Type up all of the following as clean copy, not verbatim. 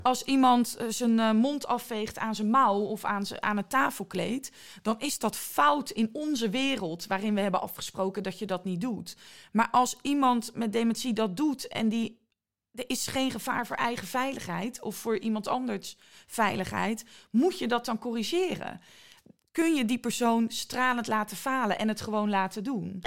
Als iemand zijn mond afveegt aan zijn mouw of aan het tafelkleed, dan is dat fout in onze wereld waarin we hebben afgesproken dat je dat niet doet. Maar als iemand met dementie dat doet en er is geen gevaar voor eigen veiligheid of voor iemand anders veiligheid, moet je dat dan corrigeren? Kun je die persoon stralend laten falen en het gewoon laten doen?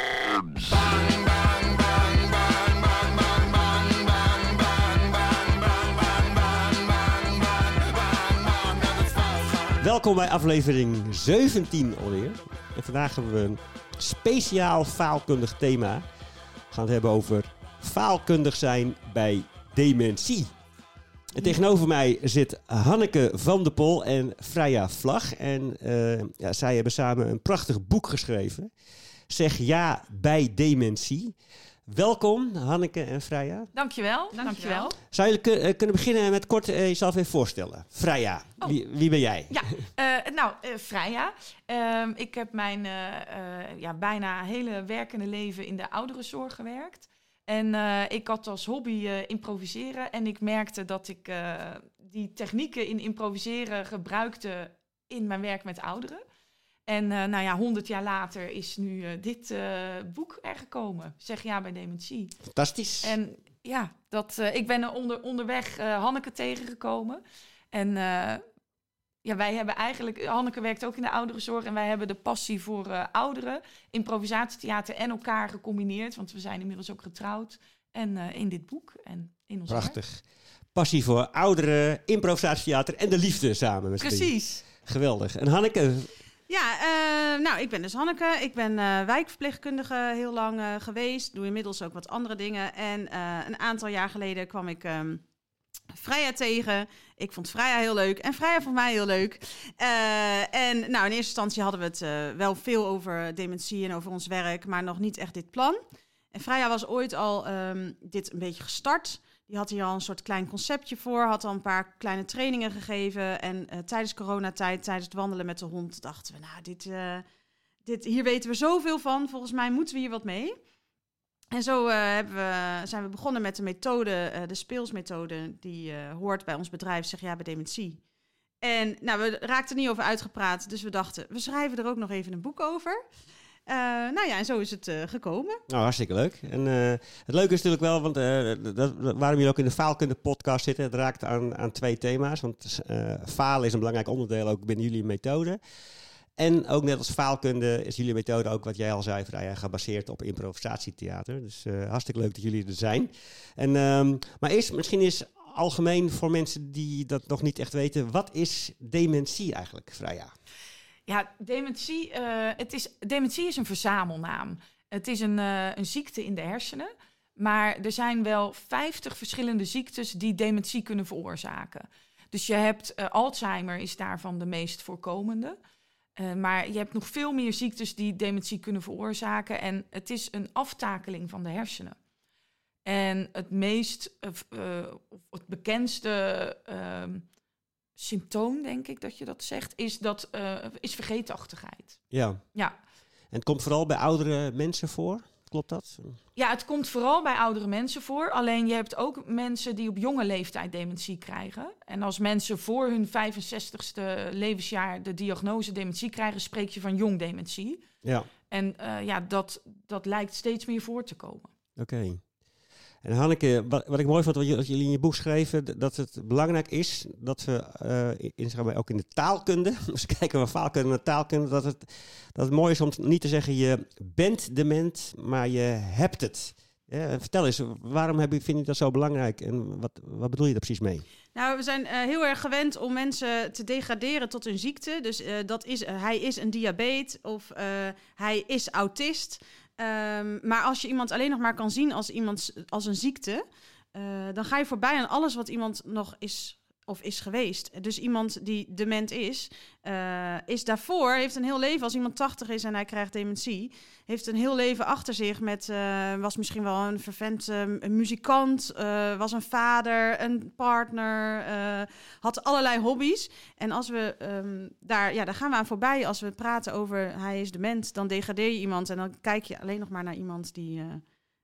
Welkom bij aflevering 17 alweer. En vandaag hebben we een speciaal faalkundig thema. We gaan het hebben over faalkundig zijn bij dementie. En tegenover mij zit Hanneke van der Pol en Freya Vlag. En zij hebben samen een prachtig boek geschreven. Zeg ja bij dementie. Welkom, Hanneke en Freya. Dankjewel. Zou jullie kunnen beginnen met kort jezelf even voorstellen? Freya, wie ben jij? Ja, Freya. Ik heb mijn bijna hele werkende leven in de ouderenzorg gewerkt. En ik had als hobby improviseren. En ik merkte dat ik die technieken in improviseren gebruikte in mijn werk met ouderen. En 100 jaar later is nu dit boek er gekomen. Zeg ja bij dementie. Fantastisch. En ja, ik ben onderweg Hanneke tegengekomen. En wij hebben eigenlijk... Hanneke werkt ook in de ouderenzorg. En wij hebben de passie voor ouderen, improvisatietheater en elkaar gecombineerd. Want we zijn inmiddels ook getrouwd. En in dit boek en in ons Prachtig. werk. Passie voor ouderen, improvisatietheater en de liefde samen. Precies. Geweldig. En Hanneke... Ja, ik ben dus Hanneke. Ik ben wijkverpleegkundige heel lang geweest. Doe inmiddels ook wat andere dingen. En een aantal jaar geleden kwam ik Freya tegen. Ik vond Freya heel leuk en Freya vond mij heel leuk. In eerste instantie hadden we het wel veel over dementie en over ons werk, maar nog niet echt dit plan. En Freya was ooit al dit een beetje gestart. Die had hier al een soort klein conceptje voor, had al een paar kleine trainingen gegeven. En tijdens coronatijd, tijdens het wandelen met de hond, dachten we, hier weten we zoveel van. Volgens mij moeten we hier wat mee. En zo zijn we begonnen met de methode, de speelsmethode, die hoort bij ons bedrijf, zeg ja bij dementie. En we raakten er niet over uitgepraat, dus we dachten, we schrijven er ook nog even een boek over. En zo is het gekomen. Nou, hartstikke leuk. En het leuke is natuurlijk wel, want waarom jullie ook in de faalkunde podcast zitten, het raakt aan twee thema's. Want falen is een belangrijk onderdeel ook binnen jullie methode. En ook net als faalkunde is jullie methode ook, wat jij al zei, Freya, gebaseerd op improvisatietheater. Dus hartstikke leuk dat jullie er zijn. Maar eerst, misschien is algemeen voor mensen die dat nog niet echt weten, wat is dementie eigenlijk, Freya? Ja, dementie is een verzamelnaam. Het is een ziekte in de hersenen. Maar er zijn wel 50 verschillende ziektes die dementie kunnen veroorzaken. Dus je hebt Alzheimer is daarvan de meest voorkomende. Maar je hebt nog veel meer ziektes die dementie kunnen veroorzaken. En het is een aftakeling van de hersenen. En het bekendste symptoom, denk ik dat je dat zegt, is vergeetachtigheid. Ja. En het komt vooral bij oudere mensen voor? Klopt dat? Ja, het komt vooral bij oudere mensen voor. Alleen je hebt ook mensen die op jonge leeftijd dementie krijgen. En als mensen voor hun 65ste levensjaar de diagnose dementie krijgen, spreek je van jong dementie. Ja. En dat lijkt steeds meer voor te komen. Oké. En Hanneke, wat ik mooi vond wat jullie in je boek schreven, dat het belangrijk is dat we ook in de taalkunde, dus kijken we faalkunde naar taalkunde, dat het mooi is om niet te zeggen je bent dement, maar je hebt het. Ja, vertel eens, waarom vind je dat zo belangrijk en wat bedoel je daar precies mee? Nou, we zijn heel erg gewend om mensen te degraderen tot hun ziekte. Dus hij is een diabetes of hij is autist. Maar als je iemand alleen nog maar kan zien als een ziekte, dan ga je voorbij aan alles wat iemand nog is of is geweest. Dus iemand die dement is daarvoor, heeft een heel leven, als iemand 80 is en hij krijgt dementie, heeft een heel leven achter zich was misschien wel een vervent muzikant, was een vader, een partner, had allerlei hobby's. En als we daar gaan we aan voorbij als we praten over hij is dement, dan degradeer je iemand en dan kijk je alleen nog maar naar iemand die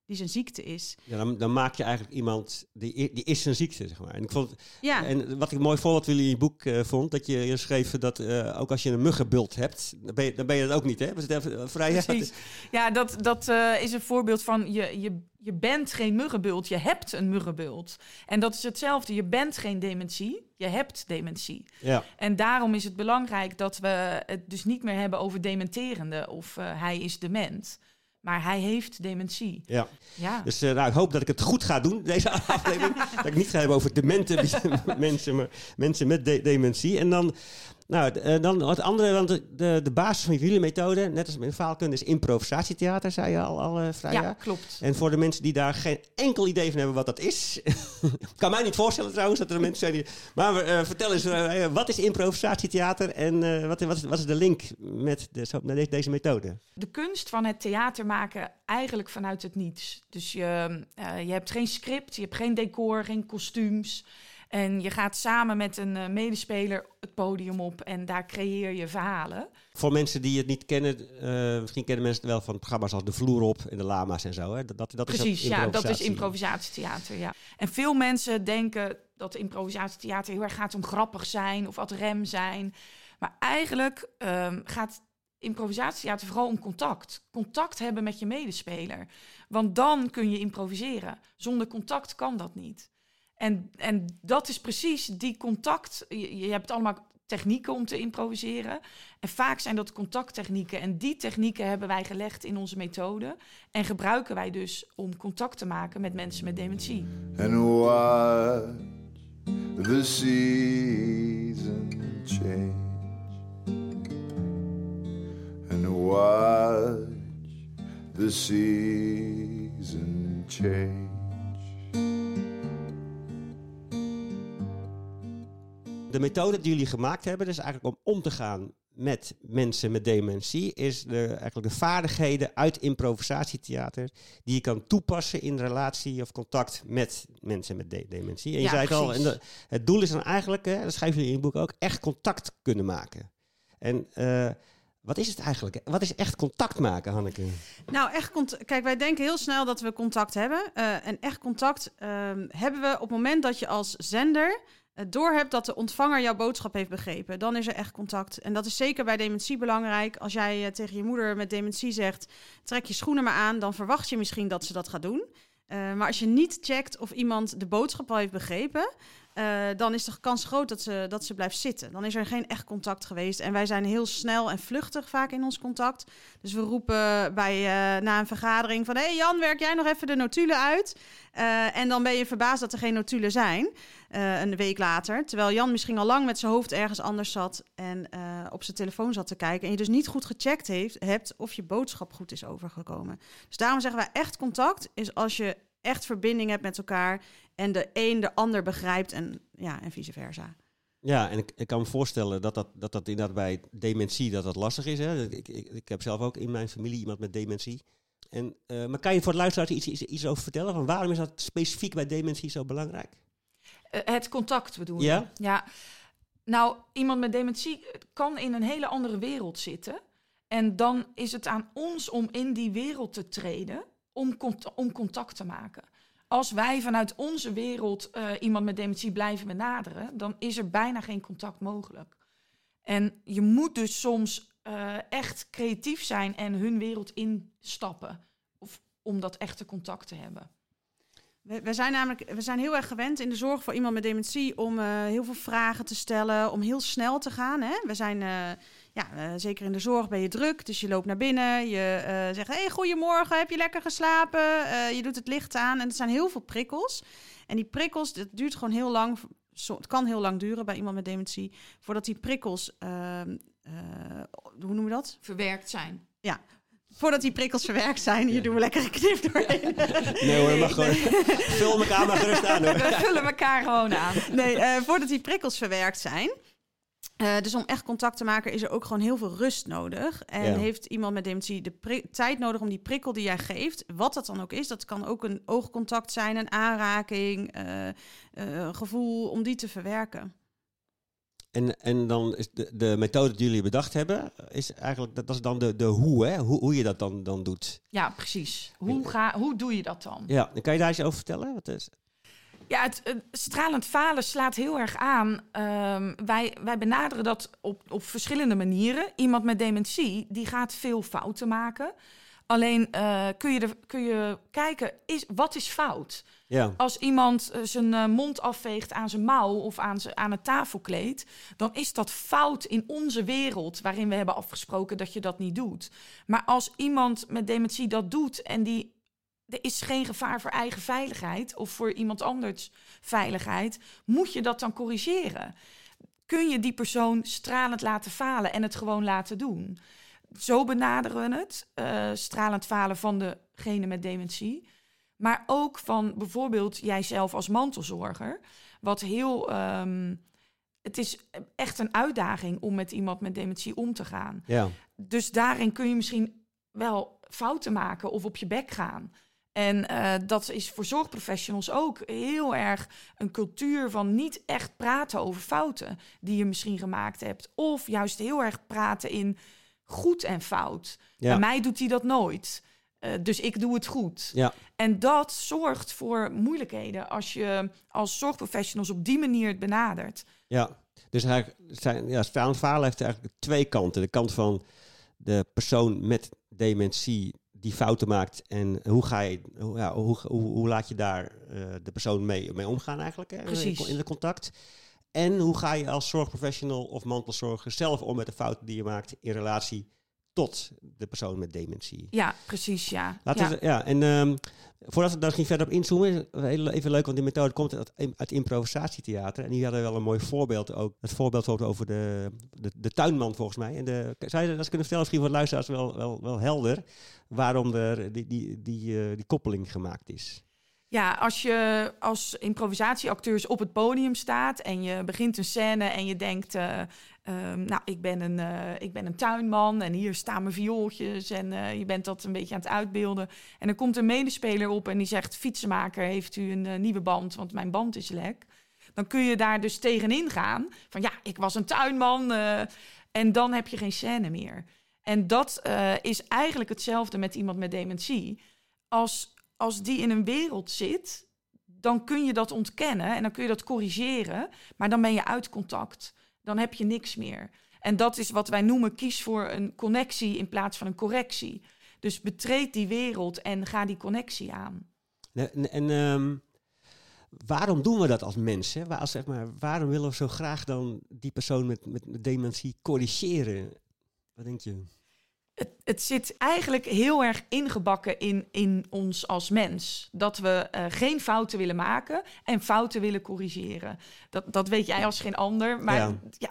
die zijn ziekte is. Ja, dan maak je eigenlijk iemand, die is zijn ziekte, zeg maar. En ik vond Ja. En wat ik mooi voorbeeld jullie in je boek vond, dat je schreef dat ook als je een muggenbult hebt, dan ben je dat ook niet, hè? Was het even vrij? Precies. Ja, dat is een voorbeeld van je bent geen muggenbult, je hebt een muggenbult. En dat is hetzelfde, je bent geen dementie, je hebt dementie. Ja. En daarom is het belangrijk dat we het dus niet meer hebben over dementerende of hij is dement. Maar hij heeft dementie. Ja. Ja. Dus ik hoop dat ik het goed ga doen, deze aflevering. Dat ik niet ga hebben over demente mensen, maar mensen met dementie. En dan het andere, want de basis van jullie methode, net als in faalkunde, is improvisatietheater, zei je al Freya. Ja, klopt. En voor de mensen die daar geen enkel idee van hebben wat dat is. Kan mij niet voorstellen trouwens dat er mensen zijn die... Maar vertel eens, wat is improvisatietheater en wat is de link met deze methode? De kunst van het theater maken eigenlijk vanuit het niets. Dus je hebt geen script, je hebt geen decor, geen kostuums. En je gaat samen met een medespeler het podium op en daar creëer je verhalen. Voor mensen die het niet kennen, misschien kennen mensen het wel van programma's als De Vloer op en De Lama's en zo. Hè? Precies, ja, dat is improvisatietheater. Ja. En veel mensen denken dat improvisatietheater heel erg gaat om grappig zijn of ad rem zijn. Maar eigenlijk gaat improvisatietheater vooral om contact. Contact hebben met je medespeler. Want dan kun je improviseren. Zonder contact kan dat niet. En dat is precies die contact. Je hebt allemaal technieken om te improviseren. En vaak zijn dat contacttechnieken. En die technieken hebben wij gelegd in onze methode. En gebruiken wij dus om contact te maken met mensen met dementie. And watch the season change. And watch the season change. De methode die jullie gemaakt hebben, dus eigenlijk om te gaan met mensen met dementie, is eigenlijk de vaardigheden uit improvisatietheater die je kan toepassen in relatie of contact met mensen met dementie. En je zei het al, en het doel is dan eigenlijk, dat schrijven jullie in je boek ook, echt contact kunnen maken. En wat is het eigenlijk? Wat is echt contact maken, Hanneke? Nou, kijk, wij denken heel snel dat we contact hebben. En echt contact hebben we op het moment dat je als zender doorhebt dat de ontvanger jouw boodschap heeft begrepen. Dan is er echt contact. En dat is zeker bij dementie belangrijk. Als jij tegen je moeder met dementie zegt, trek je schoenen maar aan, dan verwacht je misschien dat ze dat gaat doen. Maar als je niet checkt of iemand de boodschap al heeft begrepen, dan is de kans groot dat ze blijft zitten. Dan is er geen echt contact geweest. En wij zijn heel snel en vluchtig vaak in ons contact. Dus we roepen na een vergadering van, hey Jan, werk jij nog even de notulen uit? En dan ben je verbaasd dat er geen notulen zijn, een week later. Terwijl Jan misschien al lang met zijn hoofd ergens anders zat en op zijn telefoon zat te kijken. En je dus niet goed gecheckt hebt of je boodschap goed is overgekomen. Dus daarom zeggen wij echt contact is als je echt verbinding hebt met elkaar en de een de ander begrijpt en vice versa. Ja, en ik kan me voorstellen dat inderdaad bij dementie dat lastig is. Hè? Ik heb zelf ook in mijn familie iemand met dementie. Maar kan je voor de luisteraars iets over vertellen? Van waarom is dat specifiek bij dementie zo belangrijk? Het contact bedoel je? Ja? Ja. Nou, iemand met dementie kan in een hele andere wereld zitten. En dan is het aan ons om in die wereld te treden om contact te maken. Als wij vanuit onze wereld iemand met dementie blijven benaderen, dan is er bijna geen contact mogelijk. En je moet dus soms echt creatief zijn en hun wereld instappen. Om dat echte contact te hebben. We zijn heel erg gewend in de zorg voor iemand met dementie om heel veel vragen te stellen, om heel snel te gaan. Hè? We zijn, zeker in de zorg ben je druk, dus je loopt naar binnen. Je zegt, hey, goedemorgen, heb je lekker geslapen? Je doet het licht aan en er zijn heel veel prikkels. En die prikkels, dat duurt gewoon heel lang. Het kan heel lang duren bij iemand met dementie, voordat die prikkels, hoe noemen we dat? Verwerkt zijn. Ja. Voordat die prikkels verwerkt zijn, hier doen we lekker een knip doorheen. Nee hoor, mag gewoon. Vul elkaar maar gerust aan hoor. We vullen elkaar gewoon aan. Nee, voordat die prikkels verwerkt zijn. Dus om echt contact te maken is er ook gewoon heel veel rust nodig. En heeft iemand met dementie de tijd nodig om die prikkel die jij geeft, wat dat dan ook is, dat kan ook een oogcontact zijn, een aanraking, een gevoel, om die te verwerken. En dan is de methode die jullie bedacht hebben, is eigenlijk, dat is dan de hoe, hè? Hoe je dat dan doet. Ja, precies. Hoe doe je dat dan? Ja, kan je daar iets over vertellen? Wat is? Ja, het stralend falen slaat heel erg aan. Wij benaderen dat op verschillende manieren. Iemand met dementie, die gaat veel fouten maken. Alleen kun je kijken, wat is fout? Ja. Als iemand zijn mond afveegt aan zijn mouw of aan het tafelkleed, dan is dat fout in onze wereld, waarin we hebben afgesproken dat je dat niet doet. Maar als iemand met dementie dat doet en er is geen gevaar voor eigen veiligheid of voor iemand anders veiligheid, moet je dat dan corrigeren? Kun je die persoon stralend laten falen en het gewoon laten doen? Zo benaderen we het, stralend falen van degene met dementie. Maar ook van bijvoorbeeld jijzelf als mantelzorger. Wat het is echt een uitdaging om met iemand met dementie om te gaan. Ja. Dus daarin kun je misschien wel fouten maken of op je bek gaan. En dat is voor zorgprofessionals ook heel erg een cultuur van niet echt praten over fouten die je misschien gemaakt hebt. Of juist heel erg praten in goed en fout. Ja. Bij mij doet hij dat nooit. Dus ik doe het goed. Ja. En dat zorgt voor moeilijkheden als je als zorgprofessionals op die manier het benadert. Ja, dus eigenlijk stralend falen heeft eigenlijk twee kanten. De kant van de persoon met dementie die fouten maakt en hoe laat je daar de persoon mee omgaan eigenlijk, hè? Precies. In de contact. En hoe ga je als zorgprofessional of mantelzorger zelf om met de fouten die je maakt in relatie tot de persoon met dementie. Ja, precies, ja. Voordat we daar misschien verder op inzoomen, even leuk, want die methode komt uit improvisatietheater. En die hadden wel een mooi voorbeeld ook. Het voorbeeld over de tuinman volgens mij. En zou je dat eens kunnen vertellen, misschien voor de luisteraars wel helder, waarom er die koppeling gemaakt is? Ja, als je als improvisatieacteurs op het podium staat en je begint een scène en je denkt, ik ben een tuinman en hier staan mijn viooltjes en je bent dat een beetje aan het uitbeelden. En dan komt een medespeler op en die zegt, fietsenmaker, heeft u een nieuwe band, want mijn band is lek. Dan kun je daar dus tegenin gaan van ja, ik was een tuinman en dan heb je geen scène meer. En dat is eigenlijk hetzelfde met iemand met dementie. Als die in een wereld zit, dan kun je dat ontkennen en dan kun je dat corrigeren. Maar dan ben je uit contact. Dan heb je niks meer. En dat is wat wij noemen, kies voor een connectie in plaats van een correctie. Dus betreed die wereld en ga die connectie aan. En waarom doen we dat als mensen? Waarom willen we zo graag dan die persoon met dementie corrigeren? Wat denk je? Het zit eigenlijk heel erg ingebakken in ons als mens. Dat we geen fouten willen maken en fouten willen corrigeren. Dat weet jij als geen ander. Maar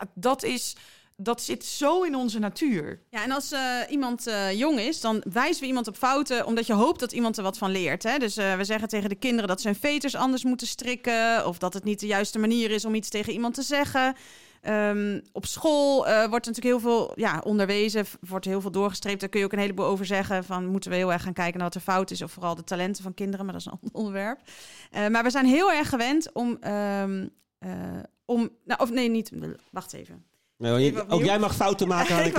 dat zit zo in onze natuur. Ja, en als iemand jong is, dan wijzen we iemand op fouten, omdat je hoopt dat iemand er wat van leert. Hè? Dus we zeggen tegen de kinderen dat ze hun veters anders moeten strikken, of dat het niet de juiste manier is om iets tegen iemand te zeggen. Op school wordt natuurlijk heel veel onderwezen, wordt heel veel doorgestreept. Daar kun je ook een heleboel over zeggen. Van moeten we heel erg gaan kijken naar wat er fout is, of vooral de talenten van kinderen, maar dat is een ander onderwerp. Maar we zijn heel erg gewend wacht even. Ook jij mag fouten maken, Hanneke.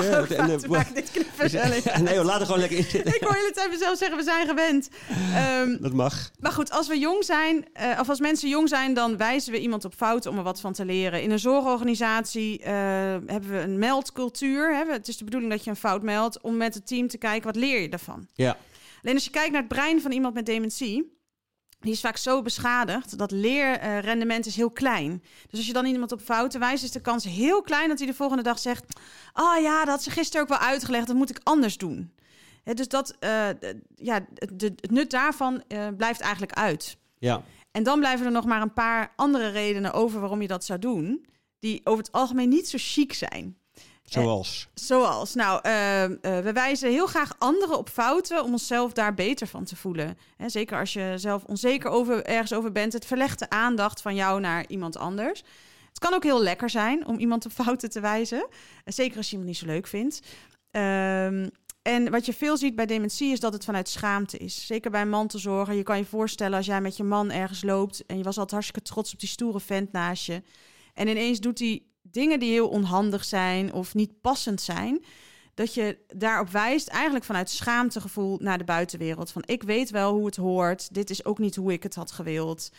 Nee, laat er gewoon lekker in zitten. Ik hoor de hele tijd mezelf zeggen, we zijn gewend. Dat mag. Maar goed, als we jong zijn, of als mensen jong zijn, dan wijzen we iemand op fouten om er wat van te leren. In een zorgorganisatie hebben we een meldcultuur. Het is de bedoeling dat je een fout meldt, om met het team te kijken, wat leer je daarvan? Ja. Alleen als je kijkt naar het brein van iemand met dementie, die is vaak zo beschadigd dat leerrendement is heel klein. Dus als je dan iemand op fouten wijst, is de kans heel klein dat hij de volgende dag zegt, oh ja, dat had ze gisteren ook wel uitgelegd, dat moet ik anders doen. Dus het nut daarvan blijft eigenlijk uit. Ja. En dan blijven er nog maar een paar andere redenen over waarom je dat zou doen, die over het algemeen niet zo chic zijn. Zoals? Nou, we wijzen heel graag anderen op fouten om onszelf daar beter van te voelen. Zeker als je zelf onzeker ergens over bent. Het verlegt de aandacht van jou naar iemand anders. Het kan ook heel lekker zijn om iemand op fouten te wijzen. Zeker als je iemand niet zo leuk vindt. En wat je veel ziet bij dementie is dat het vanuit schaamte is. Zeker bij een mantelzorger. Je kan je voorstellen als jij met je man ergens loopt en je was altijd hartstikke trots op die stoere vent naast je. En ineens doet hij dingen die heel onhandig zijn of niet passend zijn, dat je daarop wijst eigenlijk vanuit schaamtegevoel naar de buitenwereld. Van ik weet wel hoe het hoort, dit is ook niet hoe ik het had gewild.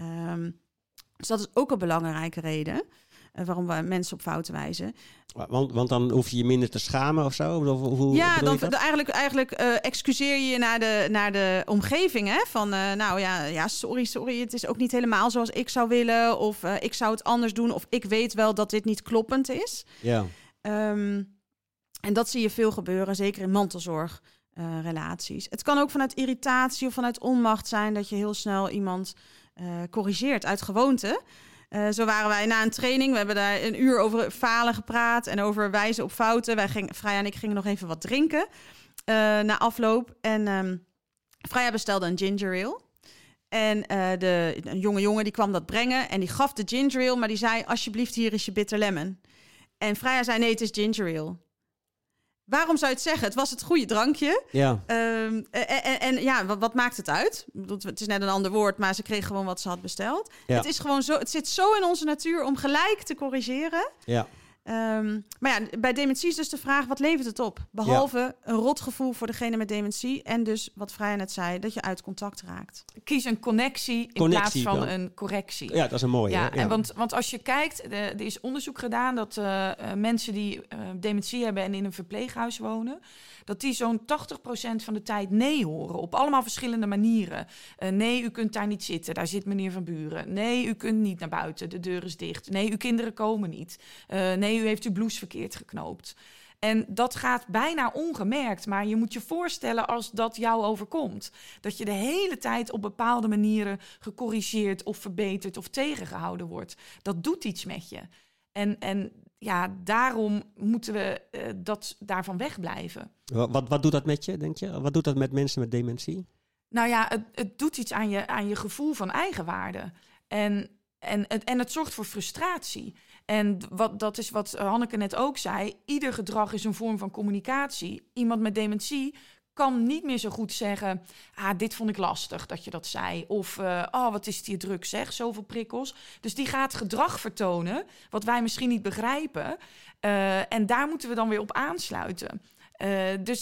Dus dat is ook een belangrijke reden waarom we mensen op fouten wijzen. Want dan hoef je je minder te schamen of zo? Hoe Ja, dan eigenlijk excuseer je naar de omgeving. Hè? Van sorry, het is ook niet helemaal zoals ik zou willen. Of ik zou het anders doen. Of ik weet wel dat dit niet kloppend is. Ja. En dat zie je veel gebeuren, zeker in mantelzorgrelaties. Het kan ook vanuit irritatie of vanuit onmacht zijn dat je heel snel iemand corrigeert uit gewoonte. Zo waren wij na een training. We hebben daar een uur over falen gepraat en over wijzen op fouten. Freya en ik gingen nog even wat drinken na afloop. En Freya bestelde een ginger ale. En een jonge jongen die kwam dat brengen en die gaf de ginger ale, maar die zei, alsjeblieft, hier is je bitter lemon. En Freya zei, nee, het is ginger ale. Waarom zou je het zeggen? Het was het goede drankje. Ja. Wat maakt het uit? Het is net een ander woord, maar ze kreeg gewoon wat ze had besteld. Ja. Het is gewoon zo. Het zit zo in onze natuur om gelijk te corrigeren. Ja. Maar ja, bij dementie is dus de vraag, wat levert het op? Behalve een rotgevoel voor degene met dementie. En dus, wat Freya net zei, dat je uit contact raakt. Kies een connectie in plaats van een correctie. Ja, dat is een mooie. Ja, Ja. Want als je kijkt, er is onderzoek gedaan dat mensen die dementie hebben en in een verpleeghuis wonen, dat die zo'n 80% van de tijd nee horen. Op allemaal verschillende manieren. Nee, u kunt daar niet zitten. Daar zit meneer Van Buren. Nee, u kunt niet naar buiten. De deur is dicht. Nee, uw kinderen komen niet. Nee, u heeft uw blouse verkeerd geknoopt. En dat gaat bijna ongemerkt. Maar je moet je voorstellen als dat jou overkomt. Dat je de hele tijd op bepaalde manieren gecorrigeerd of verbeterd of tegengehouden wordt. Dat doet iets met je. En ja, daarom moeten we daarvan wegblijven. Wat doet dat met je, denk je? Wat doet dat met mensen met dementie? Nou ja, het doet iets aan je gevoel van eigenwaarde. En het zorgt voor frustratie. En dat is wat Hanneke net ook zei. Ieder gedrag is een vorm van communicatie. Iemand met dementie kan niet meer zo goed zeggen, dit vond ik lastig dat je dat zei. Of, wat is het hier druk zeg, zoveel prikkels. Dus die gaat gedrag vertonen, wat wij misschien niet begrijpen. En daar moeten we dan weer op aansluiten. Dus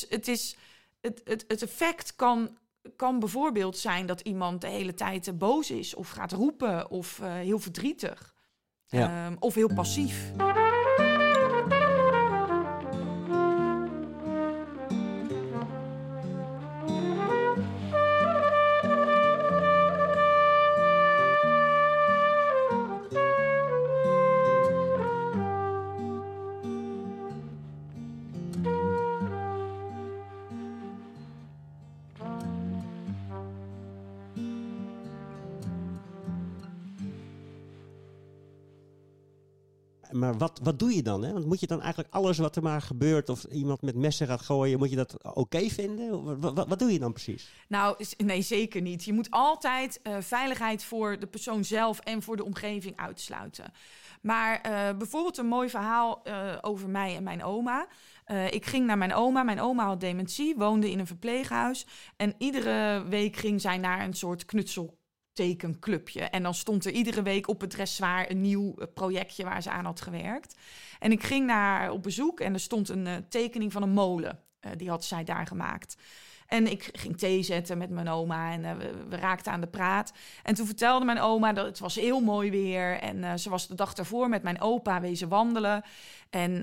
het effect kan bijvoorbeeld zijn dat iemand de hele tijd boos is of gaat roepen of heel verdrietig. Ja. Of heel passief. Maar wat doe je dan? Hè? Want moet je dan eigenlijk alles wat er maar gebeurt of iemand met messen gaat gooien, moet je dat oké vinden? Wat doe je dan precies? Nou, nee, zeker niet. Je moet altijd veiligheid voor de persoon zelf en voor de omgeving uitsluiten. Maar bijvoorbeeld een mooi verhaal over mij en mijn oma. Ik ging naar mijn oma. Mijn oma had dementie, woonde in een verpleeghuis. En iedere week ging zij naar een soort knutseltekenclubje. En dan stond er iedere week op het dressoir een nieuw projectje waar ze aan had gewerkt. En ik ging naar haar op bezoek en er stond een tekening van een molen. Die had zij daar gemaakt. En ik ging thee zetten met mijn oma en we raakten aan de praat. En toen vertelde mijn oma dat het was heel mooi weer. En ze was de dag daarvoor met mijn opa wezen wandelen. En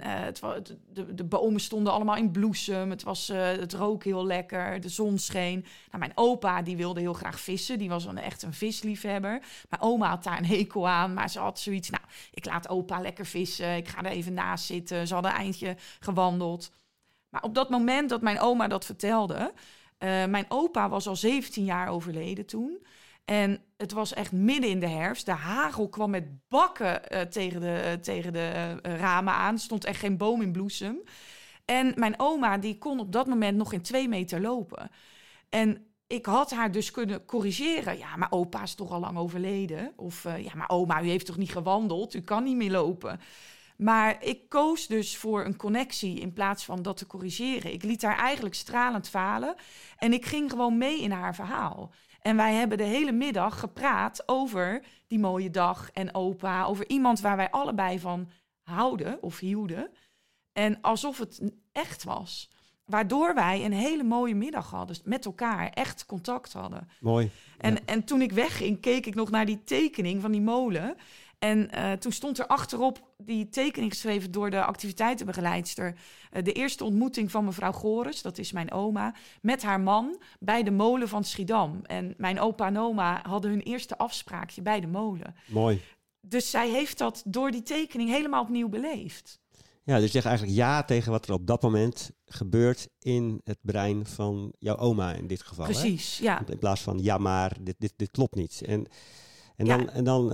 de bomen stonden allemaal in bloesem. Het rook heel lekker, de zon scheen. Nou, mijn opa die wilde heel graag vissen. Die was echt een visliefhebber. Mijn oma had daar een hekel aan, maar ze had zoiets. Nou, ik laat opa lekker vissen. Ik ga er even naast zitten. Ze hadden een eindje gewandeld. Maar op dat moment dat mijn oma dat vertelde, mijn opa was al 17 jaar overleden toen. En het was echt midden in de herfst. De hagel kwam met bakken tegen de ramen aan. Er stond echt geen boom in bloesem. En mijn oma die kon op dat moment nog geen 2 meter lopen. En ik had haar dus kunnen corrigeren. Ja, maar opa is toch al lang overleden. Of maar oma, u heeft toch niet gewandeld? U kan niet meer lopen. Maar ik koos dus voor een connectie in plaats van dat te corrigeren. Ik liet haar eigenlijk stralend falen en ik ging gewoon mee in haar verhaal. En wij hebben de hele middag gepraat over die mooie dag en opa, over iemand waar wij allebei van houden of hielden. En alsof het echt was. Waardoor wij een hele mooie middag hadden. Met elkaar echt contact hadden. Mooi. En toen ik wegging, keek ik nog naar die tekening van die molen. En toen stond er achterop die tekening geschreven door de activiteitenbegeleidster. De eerste ontmoeting van mevrouw Gores, dat is mijn oma, met haar man bij de molen van Schiedam. En mijn opa en oma hadden hun eerste afspraakje bij de molen. Mooi. Dus zij heeft dat door die tekening helemaal opnieuw beleefd. Ja, dus je zegt eigenlijk ja tegen wat er op dat moment gebeurt in het brein van jouw oma in dit geval. Precies, hè? ja. In plaats van ja, maar dit klopt niet. En Ja. dan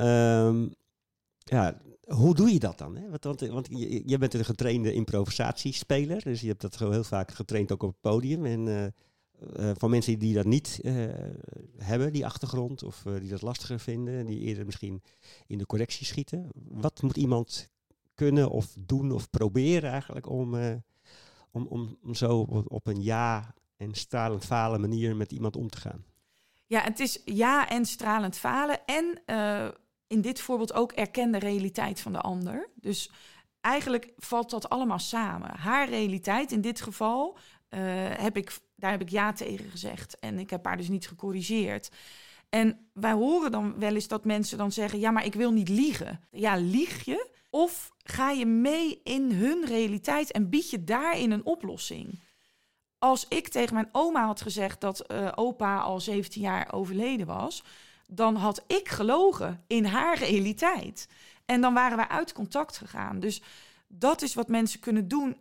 hoe doe je dat dan? Hè? Want je bent een getrainde improvisatiespeler, dus je hebt dat gewoon heel vaak getraind ook op het podium. En voor mensen die dat niet hebben, die achtergrond, of die dat lastiger vinden, die eerder misschien in de correctie schieten. Wat moet iemand kunnen of doen of proberen eigenlijk om zo op een ja en stralend falen manier met iemand om te gaan? Ja, het is ja en stralend falen en in dit voorbeeld ook erken de realiteit van de ander. Dus eigenlijk valt dat allemaal samen. Haar realiteit in dit geval, daar heb ik ja tegen gezegd. En ik heb haar dus niet gecorrigeerd. En wij horen dan wel eens dat mensen dan zeggen, ja, maar ik wil niet liegen. Ja, lieg je? Of ga je mee in hun realiteit en bied je daarin een oplossing? Als ik tegen mijn oma had gezegd dat opa al 17 jaar overleden was, dan had ik gelogen in haar realiteit. En dan waren we uit contact gegaan. Dus dat is wat mensen kunnen doen.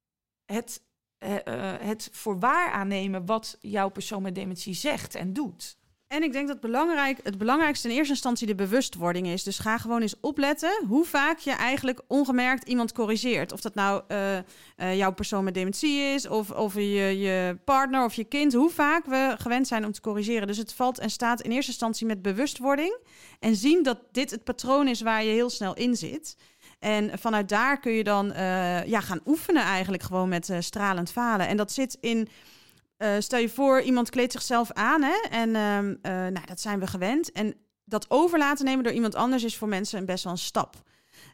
Het voor waar aannemen wat jouw persoon met dementie zegt en doet. En ik denk dat het belangrijkste in eerste instantie de bewustwording is. Dus ga gewoon eens opletten hoe vaak je eigenlijk ongemerkt iemand corrigeert. Of dat nou jouw persoon met dementie is, of je partner of je kind. Hoe vaak we gewend zijn om te corrigeren. Dus het valt en staat in eerste instantie met bewustwording. En zien dat dit het patroon is waar je heel snel in zit. En vanuit daar kun je dan gaan oefenen eigenlijk gewoon met stralend falen. En dat zit in... stel je voor, iemand kleedt zichzelf aan, hè? En dat zijn we gewend. En dat over laten nemen door iemand anders is voor mensen best wel een stap.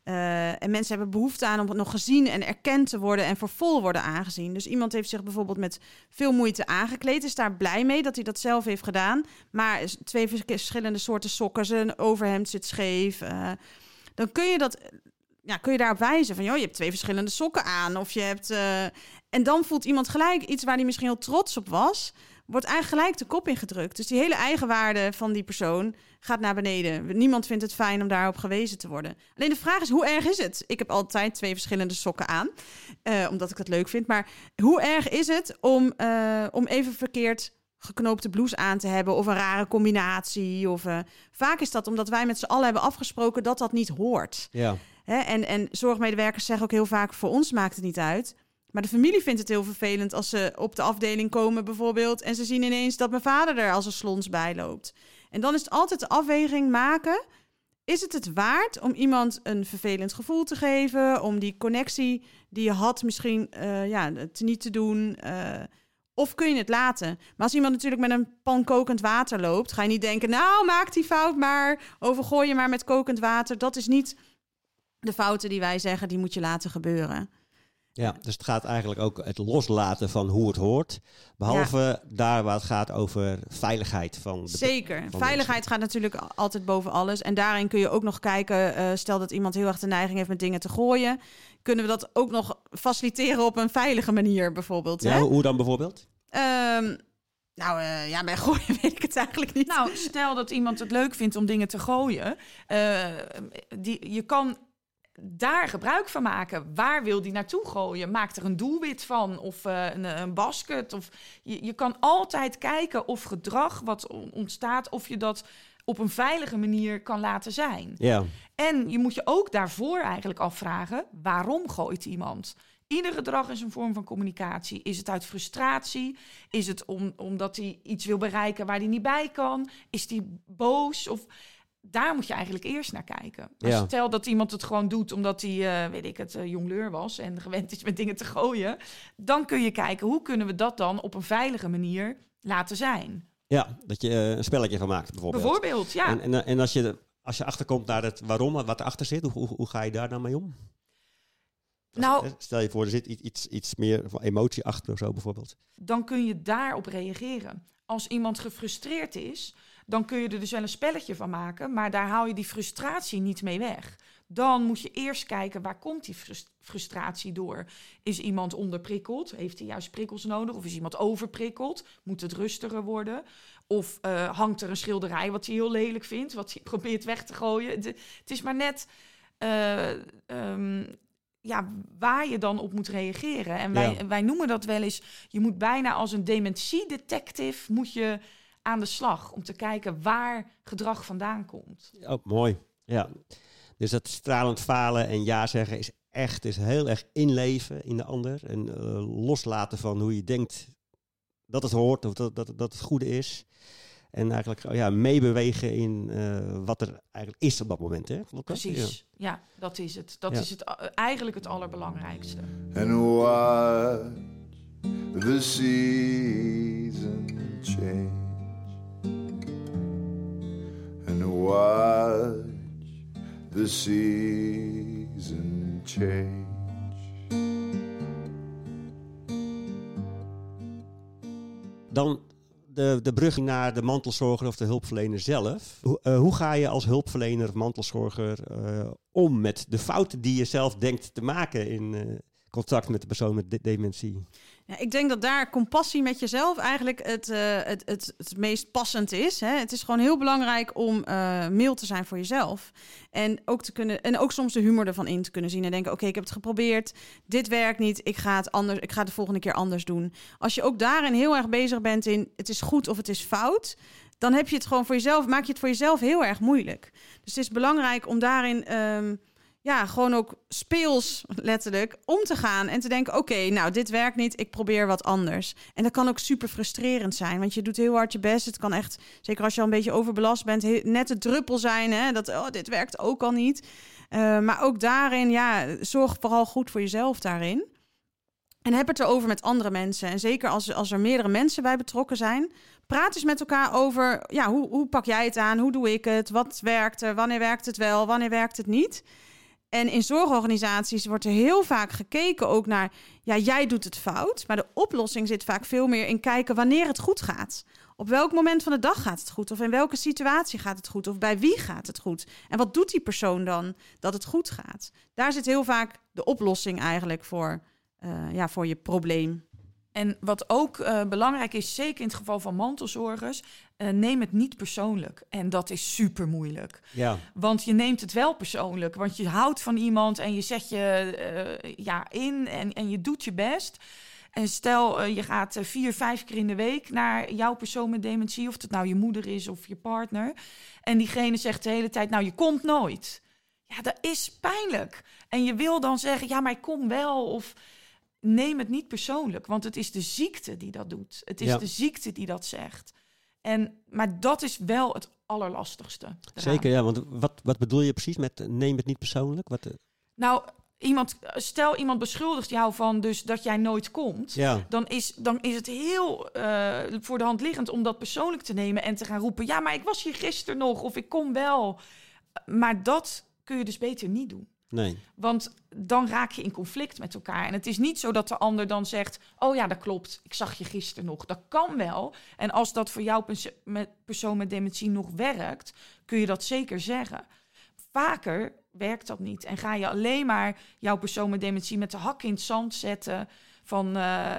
En mensen hebben behoefte aan om nog gezien en erkend te worden en voor vol worden aangezien. Dus iemand heeft zich bijvoorbeeld met veel moeite aangekleed, is daar blij mee dat hij dat zelf heeft gedaan. Maar 2 verschillende soorten sokken, zijn overhemd zit scheef. Dan kun je dat... Ja, kun je daarop wijzen van, joh, je hebt 2 verschillende sokken aan. Of je hebt... En dan voelt iemand gelijk iets waar hij misschien heel trots op was, wordt eigenlijk gelijk de kop ingedrukt. Dus die hele eigenwaarde van die persoon gaat naar beneden. Niemand vindt het fijn om daarop gewezen te worden. Alleen de vraag is, hoe erg is het? Ik heb altijd 2 verschillende sokken aan, omdat ik dat leuk vind. Maar hoe erg is het om even verkeerd geknoopte blouse aan te hebben of een rare combinatie? Vaak is dat omdat wij met z'n allen hebben afgesproken dat dat niet hoort. Ja. En zorgmedewerkers zeggen ook heel vaak, voor ons maakt het niet uit. Maar de familie vindt het heel vervelend als ze op de afdeling komen bijvoorbeeld en ze zien ineens dat mijn vader er als een slons bij loopt. En dan is het altijd de afweging maken, is het waard om iemand een vervelend gevoel te geven, om die connectie die je had misschien niet te doen, of kun je het laten? Maar als iemand natuurlijk met een pan kokend water loopt, ga je niet denken, nou maak die fout maar, overgooi je maar met kokend water. Dat is niet de fouten die wij zeggen, die moet je laten gebeuren. Ja, dus het gaat eigenlijk ook het loslaten van hoe het hoort. Behalve daar waar het gaat over veiligheid van de Zeker. Van Veiligheid gaat natuurlijk altijd boven alles. En daarin kun je ook nog kijken, stel dat iemand heel erg de neiging heeft met dingen te gooien. Kunnen we dat ook nog faciliteren op een veilige manier bijvoorbeeld? Ja, hè? hoe dan bijvoorbeeld? Bij gooien weet ik het eigenlijk niet. Nou, stel dat iemand het leuk vindt om dingen te gooien. Je kan daar gebruik van maken. Waar wil die naartoe gooien? Maak er een doelwit van of een basket. Of je kan altijd kijken of gedrag wat ontstaat, of je dat op een veilige manier kan laten zijn. Ja. En je moet je ook daarvoor eigenlijk afvragen, waarom gooit iemand? Ieder gedrag is een vorm van communicatie. Is het uit frustratie? Is het omdat hij iets wil bereiken waar hij niet bij kan? Is hij boos? Of daar moet je eigenlijk eerst naar kijken. Ja. Stel dat iemand het gewoon doet omdat hij, jongleur was en gewend is met dingen te gooien. Dan kun je kijken, hoe kunnen we dat dan op een veilige manier laten zijn? Ja, dat je een spelletje van maakt bijvoorbeeld. Bijvoorbeeld, ja. En als je achterkomt naar het waarom, wat erachter zit, hoe ga je daar dan mee om? Nou, Stel je voor, er zit iets meer van emotie achter of zo bijvoorbeeld. Dan kun je daarop reageren. Als iemand gefrustreerd is, dan kun je er dus wel een spelletje van maken, maar daar haal je die frustratie niet mee weg. Dan moet je eerst kijken, waar komt die frustratie door? Is iemand onderprikkeld? Heeft hij juist prikkels nodig? Of is iemand overprikkeld? Moet het rustiger worden? Of hangt er een schilderij wat hij heel lelijk vindt, wat hij probeert weg te gooien? Het is maar net waar je dan op moet reageren. En wij noemen dat wel eens, je moet bijna als een dementiedetective moet je aan de slag om te kijken waar gedrag vandaan komt. Oh, mooi. Ja. Dus dat stralend falen en ja zeggen is heel erg inleven in de ander. En loslaten van hoe je denkt dat het hoort of dat het goede is. En eigenlijk meebewegen in wat er eigenlijk is op dat moment. Hè? Precies, ja, dat is het. Dat is eigenlijk het allerbelangrijkste. And watch the season change. And watch the season change. Dan de brug naar de mantelzorger of de hulpverlener zelf. Hoe ga je als hulpverlener of mantelzorger om met de fouten die je zelf denkt te maken in contact met de persoon met dementie? Ja, ik denk dat daar compassie met jezelf eigenlijk het meest passend is. Hè? Het is gewoon heel belangrijk om mild te zijn voor jezelf. En ook soms de humor ervan in te kunnen zien. En denken, oké, ik heb het geprobeerd. Dit werkt niet. Ik ga het de volgende keer anders doen. Als je ook daarin heel erg bezig bent in het is goed of het is fout, dan heb je het gewoon voor jezelf, maak je het voor jezelf heel erg moeilijk. Dus het is belangrijk om daarin gewoon ook speels letterlijk om te gaan en te denken, oké, nou, dit werkt niet, ik probeer wat anders. En dat kan ook super frustrerend zijn, want je doet heel hard je best. Het kan echt, zeker als je al een beetje overbelast bent, net een druppel zijn, hè, dat dit werkt ook al niet. Maar ook daarin, zorg vooral goed voor jezelf daarin. En heb het erover met andere mensen. En zeker als er meerdere mensen bij betrokken zijn, praat eens met elkaar over, hoe pak jij het aan? Hoe doe ik het? Wat werkt er? Wanneer werkt het wel? Wanneer werkt het niet? En in zorgorganisaties wordt er heel vaak gekeken ook naar, jij doet het fout. Maar de oplossing zit vaak veel meer in kijken wanneer het goed gaat. Op welk moment van de dag gaat het goed? Of in welke situatie gaat het goed? Of bij wie gaat het goed? En wat doet die persoon dan dat het goed gaat? Daar zit heel vaak de oplossing eigenlijk voor je probleem. En wat ook belangrijk is, zeker in het geval van mantelzorgers, neem het niet persoonlijk. En dat is super moeilijk. Ja. Want je neemt het wel persoonlijk. Want je houdt van iemand en je zet je in en je doet je best. En stel, je gaat 4-5 keer in de week naar jouw persoon met dementie, of het nou je moeder is of je partner. En diegene zegt de hele tijd, nou, je komt nooit. Ja, dat is pijnlijk. En je wil dan zeggen, maar ik kom wel, of neem het niet persoonlijk, want het is de ziekte die dat doet. Het is de ziekte die dat zegt. Maar dat is wel het allerlastigste eraan. Zeker, ja. Want wat bedoel je precies met neem het niet persoonlijk? Nou, stel iemand beschuldigt jou van dus dat jij nooit komt. Ja. Dan is het heel voor de hand liggend om dat persoonlijk te nemen en te gaan roepen, ja, maar ik was hier gisteren nog, of ik kom wel. Maar dat kun je dus beter niet doen. Nee. Want dan raak je in conflict met elkaar. En het is niet zo dat de ander dan zegt, oh ja, dat klopt, ik zag je gisteren nog. Dat kan wel. En als dat voor jouw persoon met dementie nog werkt, kun je dat zeker zeggen. Vaker werkt dat niet. En ga je alleen maar jouw persoon met dementie met de hak in het zand zetten van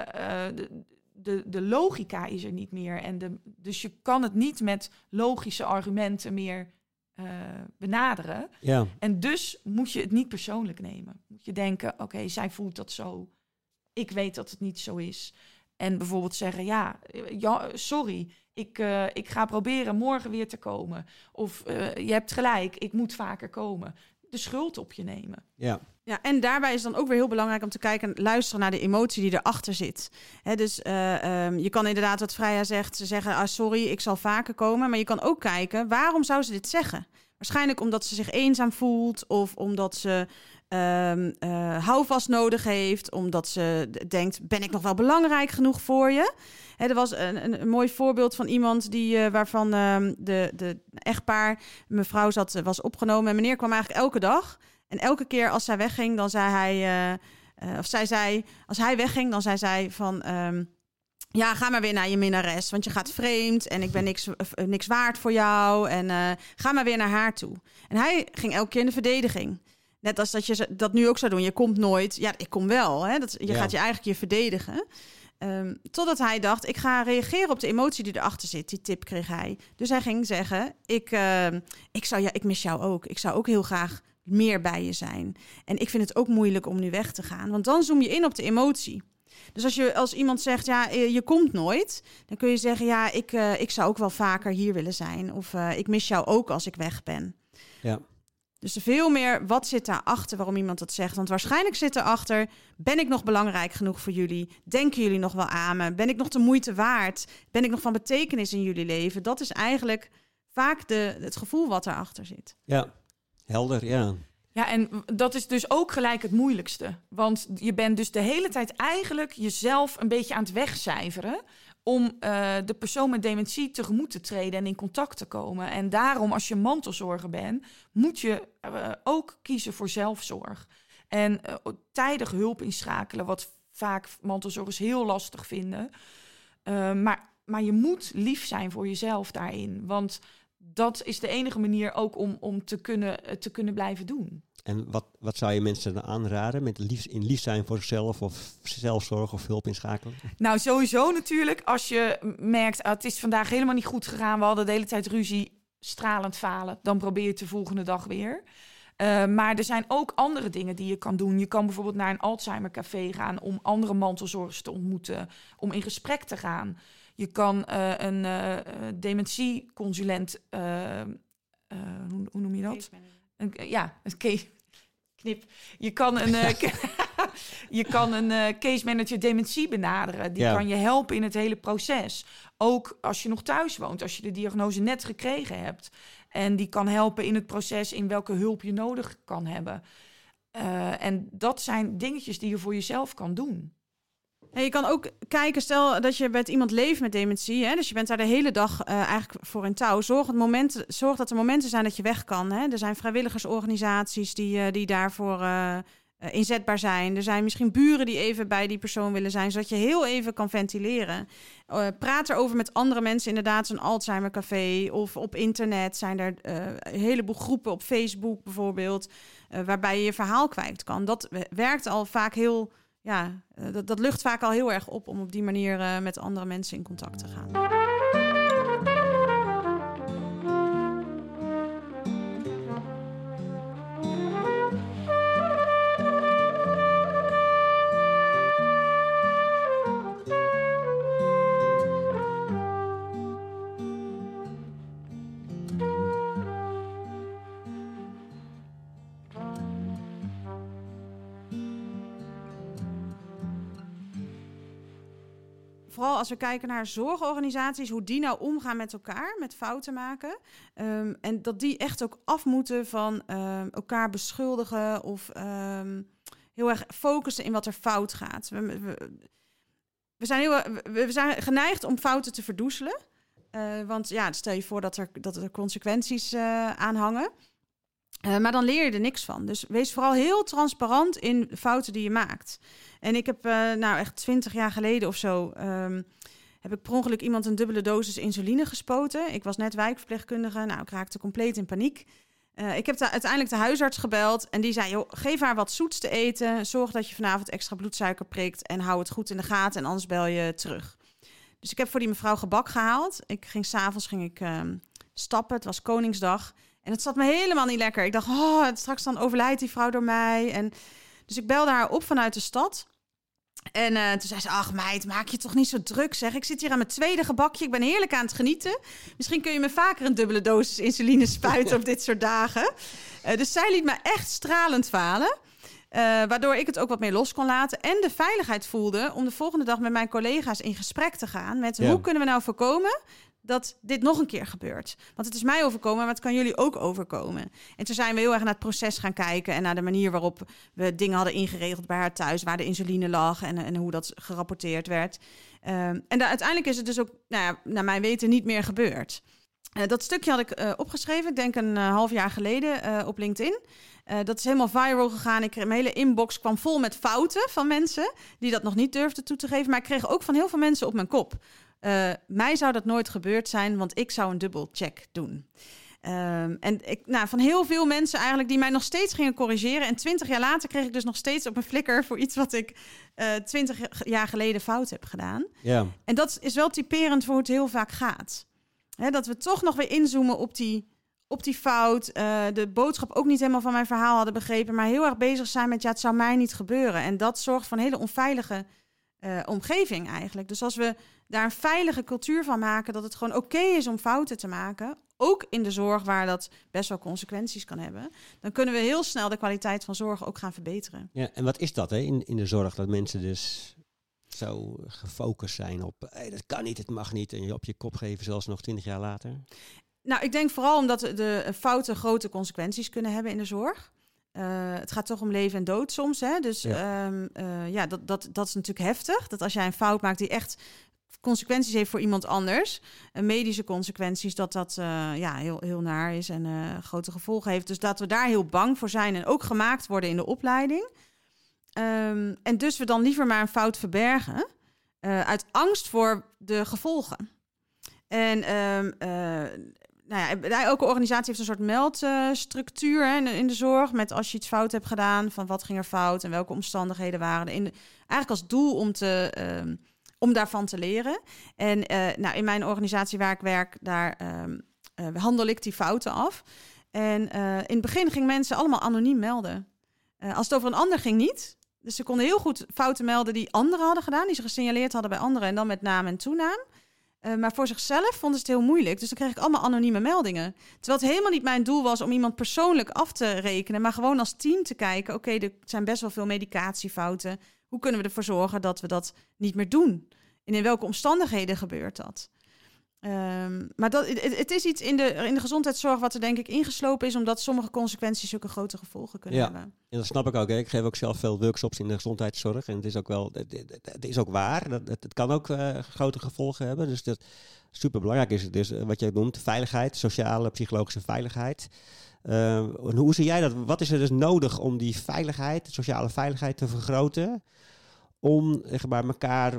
de logica is er niet meer. Dus je kan het niet met logische argumenten meer benaderen. Ja. En dus moet je het niet persoonlijk nemen. Moet je denken, oké, zij voelt dat zo. Ik weet dat het niet zo is. En bijvoorbeeld zeggen, sorry, ik ga proberen morgen weer te komen. Of je hebt gelijk, ik moet vaker komen. De schuld op je nemen. Ja. Ja, en daarbij is dan ook weer heel belangrijk om te kijken en luisteren naar de emotie die erachter zit. Dus je kan inderdaad, wat Freya zegt, ze zeggen, sorry, ik zal vaker komen. Maar je kan ook kijken, waarom zou ze dit zeggen? Waarschijnlijk omdat ze zich eenzaam voelt of omdat ze houvast nodig heeft. Omdat ze denkt, ben ik nog wel belangrijk genoeg voor je? Er was een mooi voorbeeld van iemand waarvan de echtpaar, mevrouw was opgenomen. En meneer kwam eigenlijk elke dag. En elke keer als zij wegging, dan zei hij, Of zij zei, als hij wegging, dan zei zij van... ja, ga maar weer naar je minnares, want je gaat vreemd en ik ben niks waard voor jou. En ga maar weer naar haar toe. En hij ging elke keer in de verdediging. Net als dat je dat nu ook zou doen. Je komt nooit. Ja, ik kom wel. Hè? Je gaat je eigenlijk je verdedigen. Totdat hij dacht, ik ga reageren op de emotie die erachter zit. Die tip kreeg hij. Dus hij ging zeggen, ik mis jou ook. Ik zou ook heel graag meer bij je zijn. En ik vind het ook moeilijk om nu weg te gaan. Want dan zoom je in op de emotie. Dus als iemand zegt, ja, je komt nooit, dan kun je zeggen, ja, ik zou ook wel vaker hier willen zijn. Of ik mis jou ook als ik weg ben. Ja. Dus veel meer, wat zit daarachter waarom iemand dat zegt? Want waarschijnlijk zit erachter, ben ik nog belangrijk genoeg voor jullie? Denken jullie nog wel aan me? Ben ik nog de moeite waard? Ben ik nog van betekenis in jullie leven? Dat is eigenlijk vaak het gevoel wat daarachter zit. Ja, helder, ja. Ja, en dat is dus ook gelijk het moeilijkste. Want je bent dus de hele tijd eigenlijk jezelf een beetje aan het wegcijferen om de persoon met dementie tegemoet te treden en in contact te komen. En daarom, als je mantelzorger bent, moet je ook kiezen voor zelfzorg. En tijdig hulp inschakelen, wat vaak mantelzorgers heel lastig vinden. Maar je moet lief zijn voor jezelf daarin. Want dat is de enige manier ook om te kunnen blijven doen. En wat zou je mensen dan aanraden met lief zijn voor zichzelf of zelfzorg of hulp inschakelen? Nou, sowieso natuurlijk. Als je merkt, het is vandaag helemaal niet goed gegaan. We hadden de hele tijd ruzie, stralend falen. Dan probeer je het de volgende dag weer. Maar er zijn ook andere dingen die je kan doen. Je kan bijvoorbeeld naar een Alzheimer-café gaan om andere mantelzorgers te ontmoeten. Om in gesprek te gaan. Je kan een dementieconsulent, hoe noem je dat? Knip. Je kan een case manager dementie benaderen. Die kan je helpen in het hele proces. Ook als je nog thuis woont, als je de diagnose net gekregen hebt. En die kan helpen in het proces in welke hulp je nodig kan hebben. En dat zijn dingetjes die je voor jezelf kan doen. En je kan ook kijken, stel dat je met iemand leeft met dementie, hè, dus je bent daar de hele dag eigenlijk voor in touw. Zorg dat er momenten zijn dat je weg kan. Hè. Er zijn vrijwilligersorganisaties die daarvoor inzetbaar zijn. Er zijn misschien buren die even bij die persoon willen zijn, zodat je heel even kan ventileren. Praat erover met andere mensen, inderdaad, zo'n Alzheimer-café of op internet zijn er een heleboel groepen op Facebook bijvoorbeeld, waarbij je je verhaal kwijt kan. Dat werkt al vaak heel... Ja, dat lucht vaak al heel erg op om op die manier met andere mensen in contact te gaan. Vooral als we kijken naar zorgorganisaties, hoe die nou omgaan met elkaar, met fouten maken. En dat die echt ook af moeten van elkaar beschuldigen of heel erg focussen in wat er fout gaat. We zijn geneigd om fouten te verdoezelen. Want ja, stel je voor dat er consequenties aan hangen. Maar dan leer je er niks van. Dus wees vooral heel transparant in de fouten die je maakt. En ik heb echt 20 jaar geleden of zo... heb ik per ongeluk iemand een dubbele dosis insuline gespoten. Ik was net wijkverpleegkundige. Nou, ik raakte compleet in paniek. Ik heb uiteindelijk de huisarts gebeld. En die zei, joh, geef haar wat zoets te eten. Zorg dat je vanavond extra bloedsuiker prikt. En hou het goed in de gaten. En anders bel je terug. Dus ik heb voor die mevrouw gebak gehaald. 'S'avonds ging ik stappen. Het was Koningsdag. En het zat me helemaal niet lekker. Ik dacht, straks dan overlijdt die vrouw door mij. Dus ik belde haar op vanuit de stad. En toen zei ze, ach meid, maak je toch niet zo druk, zeg. Ik zit hier aan mijn tweede gebakje. Ik ben heerlijk aan het genieten. Misschien kun je me vaker een dubbele dosis insuline spuiten op dit soort dagen. Dus zij liet me echt stralend falen. Waardoor ik het ook wat meer los kon laten. En de veiligheid voelde om de volgende dag met mijn collega's in gesprek te gaan. Met hoe kunnen we nou voorkomen dat dit nog een keer gebeurt. Want het is mij overkomen, maar het kan jullie ook overkomen. En toen zijn we heel erg naar het proces gaan kijken en naar de manier waarop we dingen hadden ingeregeld bij haar thuis, waar de insuline lag en hoe dat gerapporteerd werd. En uiteindelijk is het dus ook, naar mijn weten, niet meer gebeurd. Dat stukje had ik opgeschreven, ik denk een half jaar geleden op LinkedIn. Dat is helemaal viral gegaan. Mijn hele inbox kwam vol met fouten van mensen die dat nog niet durfden toe te geven. Maar ik kreeg ook van heel veel mensen op mijn kop. Mij zou dat nooit gebeurd zijn, want ik zou een dubbelcheck doen. Van heel veel mensen eigenlijk die mij nog steeds gingen corrigeren. En 20 jaar later kreeg ik dus nog steeds op mijn flikker voor iets wat ik 20 jaar geleden fout heb gedaan. Ja. En dat is wel typerend voor hoe het heel vaak gaat. Dat we toch nog weer inzoomen op die fout. De boodschap ook niet helemaal van mijn verhaal hadden begrepen, maar heel erg bezig zijn met het zou mij niet gebeuren. En dat zorgt voor een hele onveilige omgeving eigenlijk. Dus als we daar een veilige cultuur van maken, dat het gewoon oké is om fouten te maken, ook in de zorg waar dat best wel consequenties kan hebben, dan kunnen we heel snel de kwaliteit van zorg ook gaan verbeteren. Ja, en wat is dat in de zorg, dat mensen dus zo gefocust zijn op dat kan niet, het mag niet, en je op je kop geven zelfs nog 20 jaar later? Nou, ik denk vooral omdat de fouten grote consequenties kunnen hebben in de zorg. Het gaat toch om leven en dood soms. Hè? Dus dat is natuurlijk heftig. Dat als jij een fout maakt die echt consequenties heeft voor iemand anders, medische consequenties, dat heel, heel naar is en grote gevolgen heeft. Dus dat we daar heel bang voor zijn en ook gemaakt worden in de opleiding. En dus we dan liever maar een fout verbergen uit angst voor de gevolgen. En elke organisatie heeft een soort meldstructuur in de zorg, met als je iets fout hebt gedaan, van wat ging er fout en welke omstandigheden waren er. Eigenlijk als doel om daarvan te leren. En in mijn organisatie waar ik werk, daar handel ik die fouten af. En in het begin gingen mensen allemaal anoniem melden. Als het over een ander ging niet. Dus ze konden heel goed fouten melden die anderen hadden gedaan, die ze gesignaleerd hadden bij anderen en dan met naam en toenaam. Maar voor zichzelf vonden ze het heel moeilijk. Dus dan kreeg ik allemaal anonieme meldingen. Terwijl het helemaal niet mijn doel was om iemand persoonlijk af te rekenen, maar gewoon als team te kijken, oké, er zijn best wel veel medicatiefouten. Hoe kunnen we ervoor zorgen dat we dat niet meer doen? En in welke omstandigheden gebeurt dat? Maar het is iets in de gezondheidszorg wat er denk ik ingeslopen is, omdat sommige consequenties zulke grote gevolgen kunnen hebben. En dat snap ik ook. Hè. Ik geef ook zelf veel workshops in de gezondheidszorg. En het is ook wel, het is ook waar. Het kan ook grote gevolgen hebben. Dus dat super belangrijk is het dus wat jij noemt, veiligheid, sociale, psychologische veiligheid. Hoe zie jij dat? Wat is er dus nodig om die veiligheid, de sociale veiligheid te vergroten, om elkaar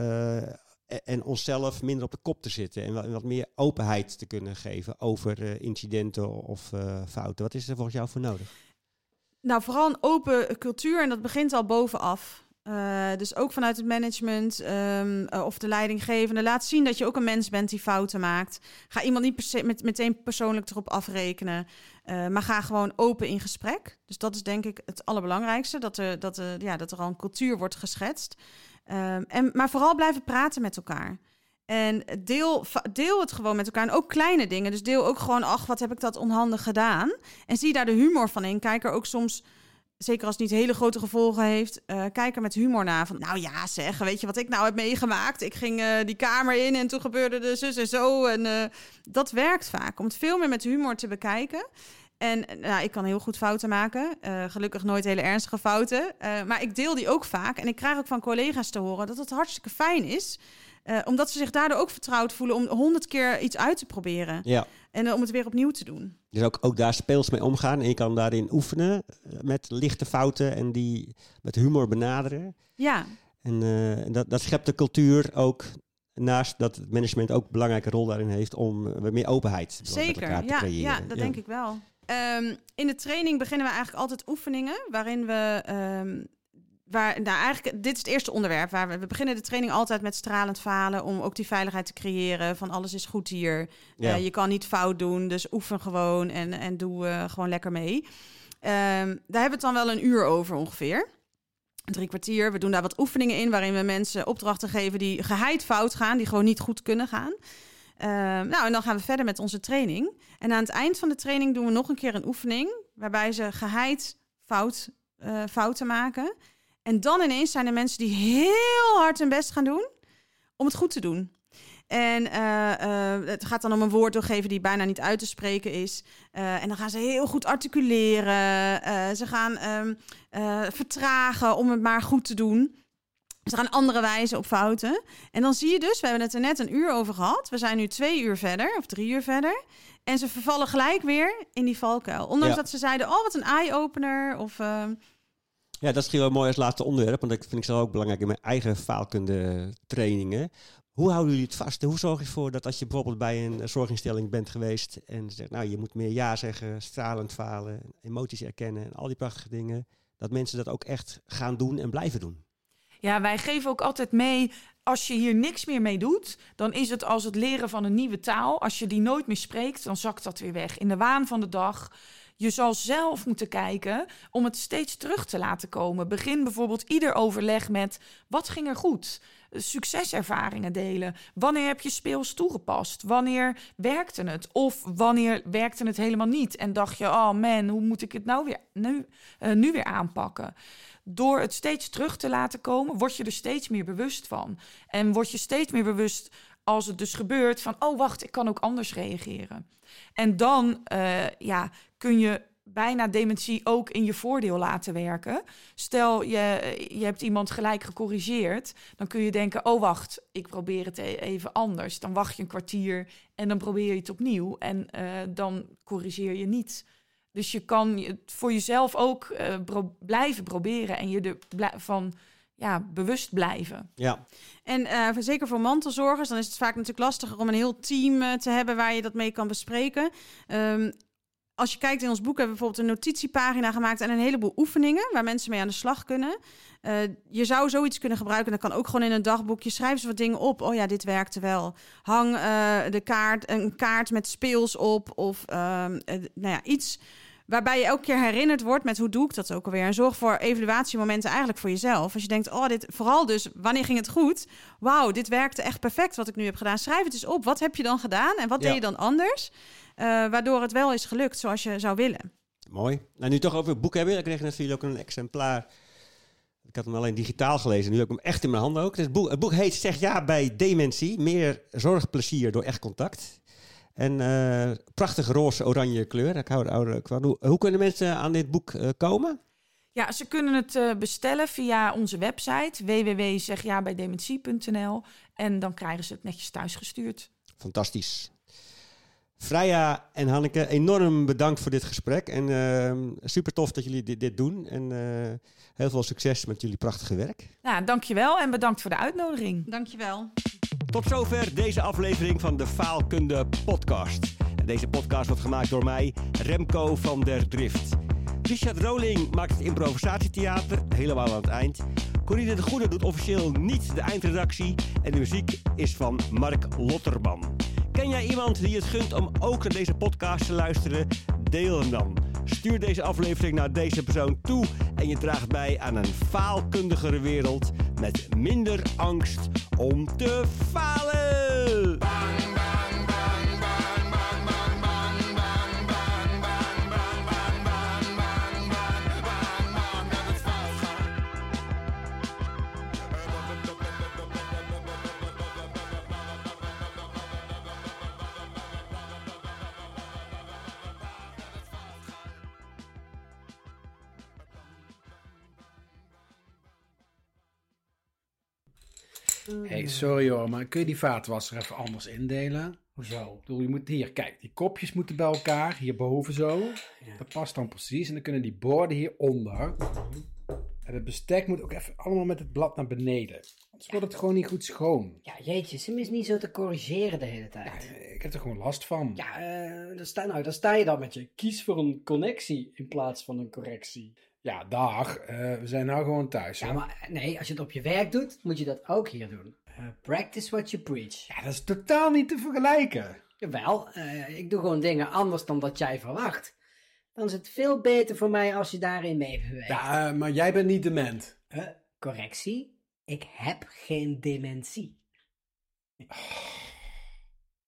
en onszelf minder op de kop te zitten en wat meer openheid te kunnen geven over incidenten of fouten? Wat is er volgens jou voor nodig? Nou, vooral een open cultuur en dat begint al bovenaf. Dus ook vanuit het management of de leidinggevende. Laat zien dat je ook een mens bent die fouten maakt. Ga iemand niet meteen persoonlijk erop afrekenen. Maar ga gewoon open in gesprek. Dus dat is denk ik het allerbelangrijkste. Dat er al een cultuur wordt geschetst. Maar vooral blijven praten met elkaar. En deel het gewoon met elkaar. En ook kleine dingen. Dus deel ook gewoon, wat heb ik dat onhandig gedaan? En zie daar de humor van in. Kijk er ook soms, zeker als het niet hele grote gevolgen heeft, kijk er met humor naar. Van, nou ja zeg, weet je wat ik nou heb meegemaakt? Ik ging die kamer in en toen gebeurde de zus en zo. En dat werkt vaak. Om het veel meer met humor te bekijken. En ik kan heel goed fouten maken. Gelukkig nooit hele ernstige fouten. Maar ik deel die ook vaak. En ik krijg ook van collega's te horen dat het hartstikke fijn is. Omdat ze zich daardoor ook vertrouwd voelen om 100 keer iets uit te proberen. Ja. En om het weer opnieuw te doen. Dus ook daar speels mee omgaan. En je kan daarin oefenen met lichte fouten en die met humor benaderen. Ja. En dat schept de cultuur ook. Naast dat het management ook een belangrijke rol daarin heeft om meer openheid met elkaar te creëren. Ja, dat denk ik wel. In de training beginnen we eigenlijk altijd oefeningen waarin we dit is het eerste onderwerp. We beginnen de training altijd met stralend falen om ook die veiligheid te creëren. Van alles is goed hier. Ja. Je kan niet fout doen, dus oefen gewoon en doe gewoon lekker mee. Daar hebben we het dan wel een uur over ongeveer. 3 kwartier. We doen daar wat oefeningen in waarin we mensen opdrachten geven die geheid fout gaan, die gewoon niet goed kunnen gaan. En dan gaan we verder met onze training. En aan het eind van de training doen we nog een keer een oefening waarbij ze geheid fouten maken. En dan ineens zijn er mensen die heel hard hun best gaan doen om het goed te doen. En het gaat dan om een woord doorgeven die bijna niet uit te spreken is. En dan gaan ze heel goed articuleren. Ze gaan vertragen om het maar goed te doen. Dus er gaan andere wijzen op fouten. En dan zie je dus, we hebben het er net 1 uur over gehad. We zijn nu 2 uur verder, of 3 uur verder. En ze vervallen gelijk weer in die valkuil. Ondanks dat ze zeiden, wat een eye-opener. Of... Ja, dat is misschien wel mooi als laatste onderwerp. Want dat vind ik zelf ook belangrijk in mijn eigen faalkunde trainingen. Hoe houden jullie het vast? Hoe zorg je ervoor dat als je bijvoorbeeld bij een zorginstelling bent geweest en zegt, nou, je moet meer ja zeggen, stralend falen, emoties erkennen en al die prachtige dingen, dat mensen dat ook echt gaan doen en blijven doen? Ja, wij geven ook altijd mee, als je hier niks meer mee doet, dan is het als het leren van een nieuwe taal. Als je die nooit meer spreekt, dan zakt dat weer weg. In de waan van de dag. Je zal zelf moeten kijken om het steeds terug te laten komen. Begin bijvoorbeeld ieder overleg met, wat ging er goed? Succeservaringen delen. Wanneer heb je speels toegepast? Wanneer werkte het? Of wanneer werkte het helemaal niet? En dacht je, oh man, hoe moet ik het nou weer nu weer aanpakken? Door het steeds terug te laten komen, word je er steeds meer bewust van. En word je steeds meer bewust als het dus gebeurt van, oh wacht, ik kan ook anders reageren. En dan kun je bijna dementie ook in je voordeel laten werken. Stel, je hebt iemand gelijk gecorrigeerd, dan kun je denken, oh wacht, ik probeer het even anders. Dan wacht je een kwartier en dan probeer je het opnieuw en dan corrigeer je niet. Dus je kan het voor jezelf ook blijven proberen en je ervan bewust blijven. Ja. En zeker voor mantelzorgers, dan is het vaak natuurlijk lastiger om een heel team te hebben waar je dat mee kan bespreken. Als je kijkt in ons boek hebben we bijvoorbeeld een notitiepagina gemaakt en een heleboel oefeningen waar mensen mee aan de slag kunnen. Je zou zoiets kunnen gebruiken, dat kan ook gewoon in een dagboekje. Schrijf eens wat dingen op. Oh ja, dit werkte wel. Hang een kaart met speels op of iets waarbij je elke keer herinnerd wordt met hoe doe ik dat ook alweer. En zorg voor evaluatiemomenten eigenlijk voor jezelf. Als je denkt, dit vooral dus, wanneer ging het goed? Wauw, dit werkte echt perfect wat ik nu heb gedaan. Schrijf het eens op. Wat heb je dan gedaan en wat deed je dan anders? Waardoor het wel is gelukt zoals je zou willen. Mooi. Nou, nu toch over het boek hebben. Ik kreeg net van jullie ook een exemplaar. Ik had hem alleen digitaal gelezen. Nu heb ik hem echt in mijn handen ook. Het boek heet Zeg ja bij dementie. Meer zorgplezier door echt contact. En prachtige roze-oranje kleur. Ik hou er ook van. Hoe kunnen mensen aan dit boek komen? Ja, ze kunnen het bestellen via onze website www.zegjaabijdementie.nl en dan krijgen ze het netjes thuisgestuurd. Fantastisch. Freya en Hanneke, enorm bedankt voor dit gesprek. En super tof dat jullie dit doen. En heel veel succes met jullie prachtige werk. Ja, dankjewel en bedankt voor de uitnodiging. Dankjewel. Tot zover deze aflevering van de Faalkunde Podcast. En deze podcast wordt gemaakt door mij, Remco van der Drift. Richard Roling maakt het improvisatietheater, helemaal aan het eind. Corine de Goede doet officieel niet de eindredactie. En de muziek is van Mark Lotterman. Ken jij iemand die het gunt om ook naar deze podcast te luisteren? Deel hem dan. Stuur deze aflevering naar deze persoon toe en je draagt bij aan een faalkundigere wereld met minder angst om te falen. Hey, sorry hoor, maar kun je die vaatwasser even anders indelen? Hoezo? Ik bedoel, je moet hier, kijk, die kopjes moeten bij elkaar, hierboven zo. Ja. Dat past dan precies. En dan kunnen die borden hieronder. En het bestek moet ook even allemaal met het blad naar beneden. Anders wordt het gewoon niet goed schoon. Ja, jeetje, Sim is niet zo te corrigeren de hele tijd. Ja, ik heb er gewoon last van. Ja, daar sta je dan met je. Kies voor een connectie in plaats van een correctie. Ja, dag. We zijn nou gewoon thuis. Ja, Hoor. maar nee, als je het op je werk doet, moet je dat ook hier doen. Practice what you preach. Ja, dat is totaal niet te vergelijken. Jawel, ik doe gewoon dingen anders dan dat jij verwacht. Dan is het veel beter voor mij als je daarin mee beweegt. Ja, maar jij bent niet dement. Correctie? Ik heb geen dementie.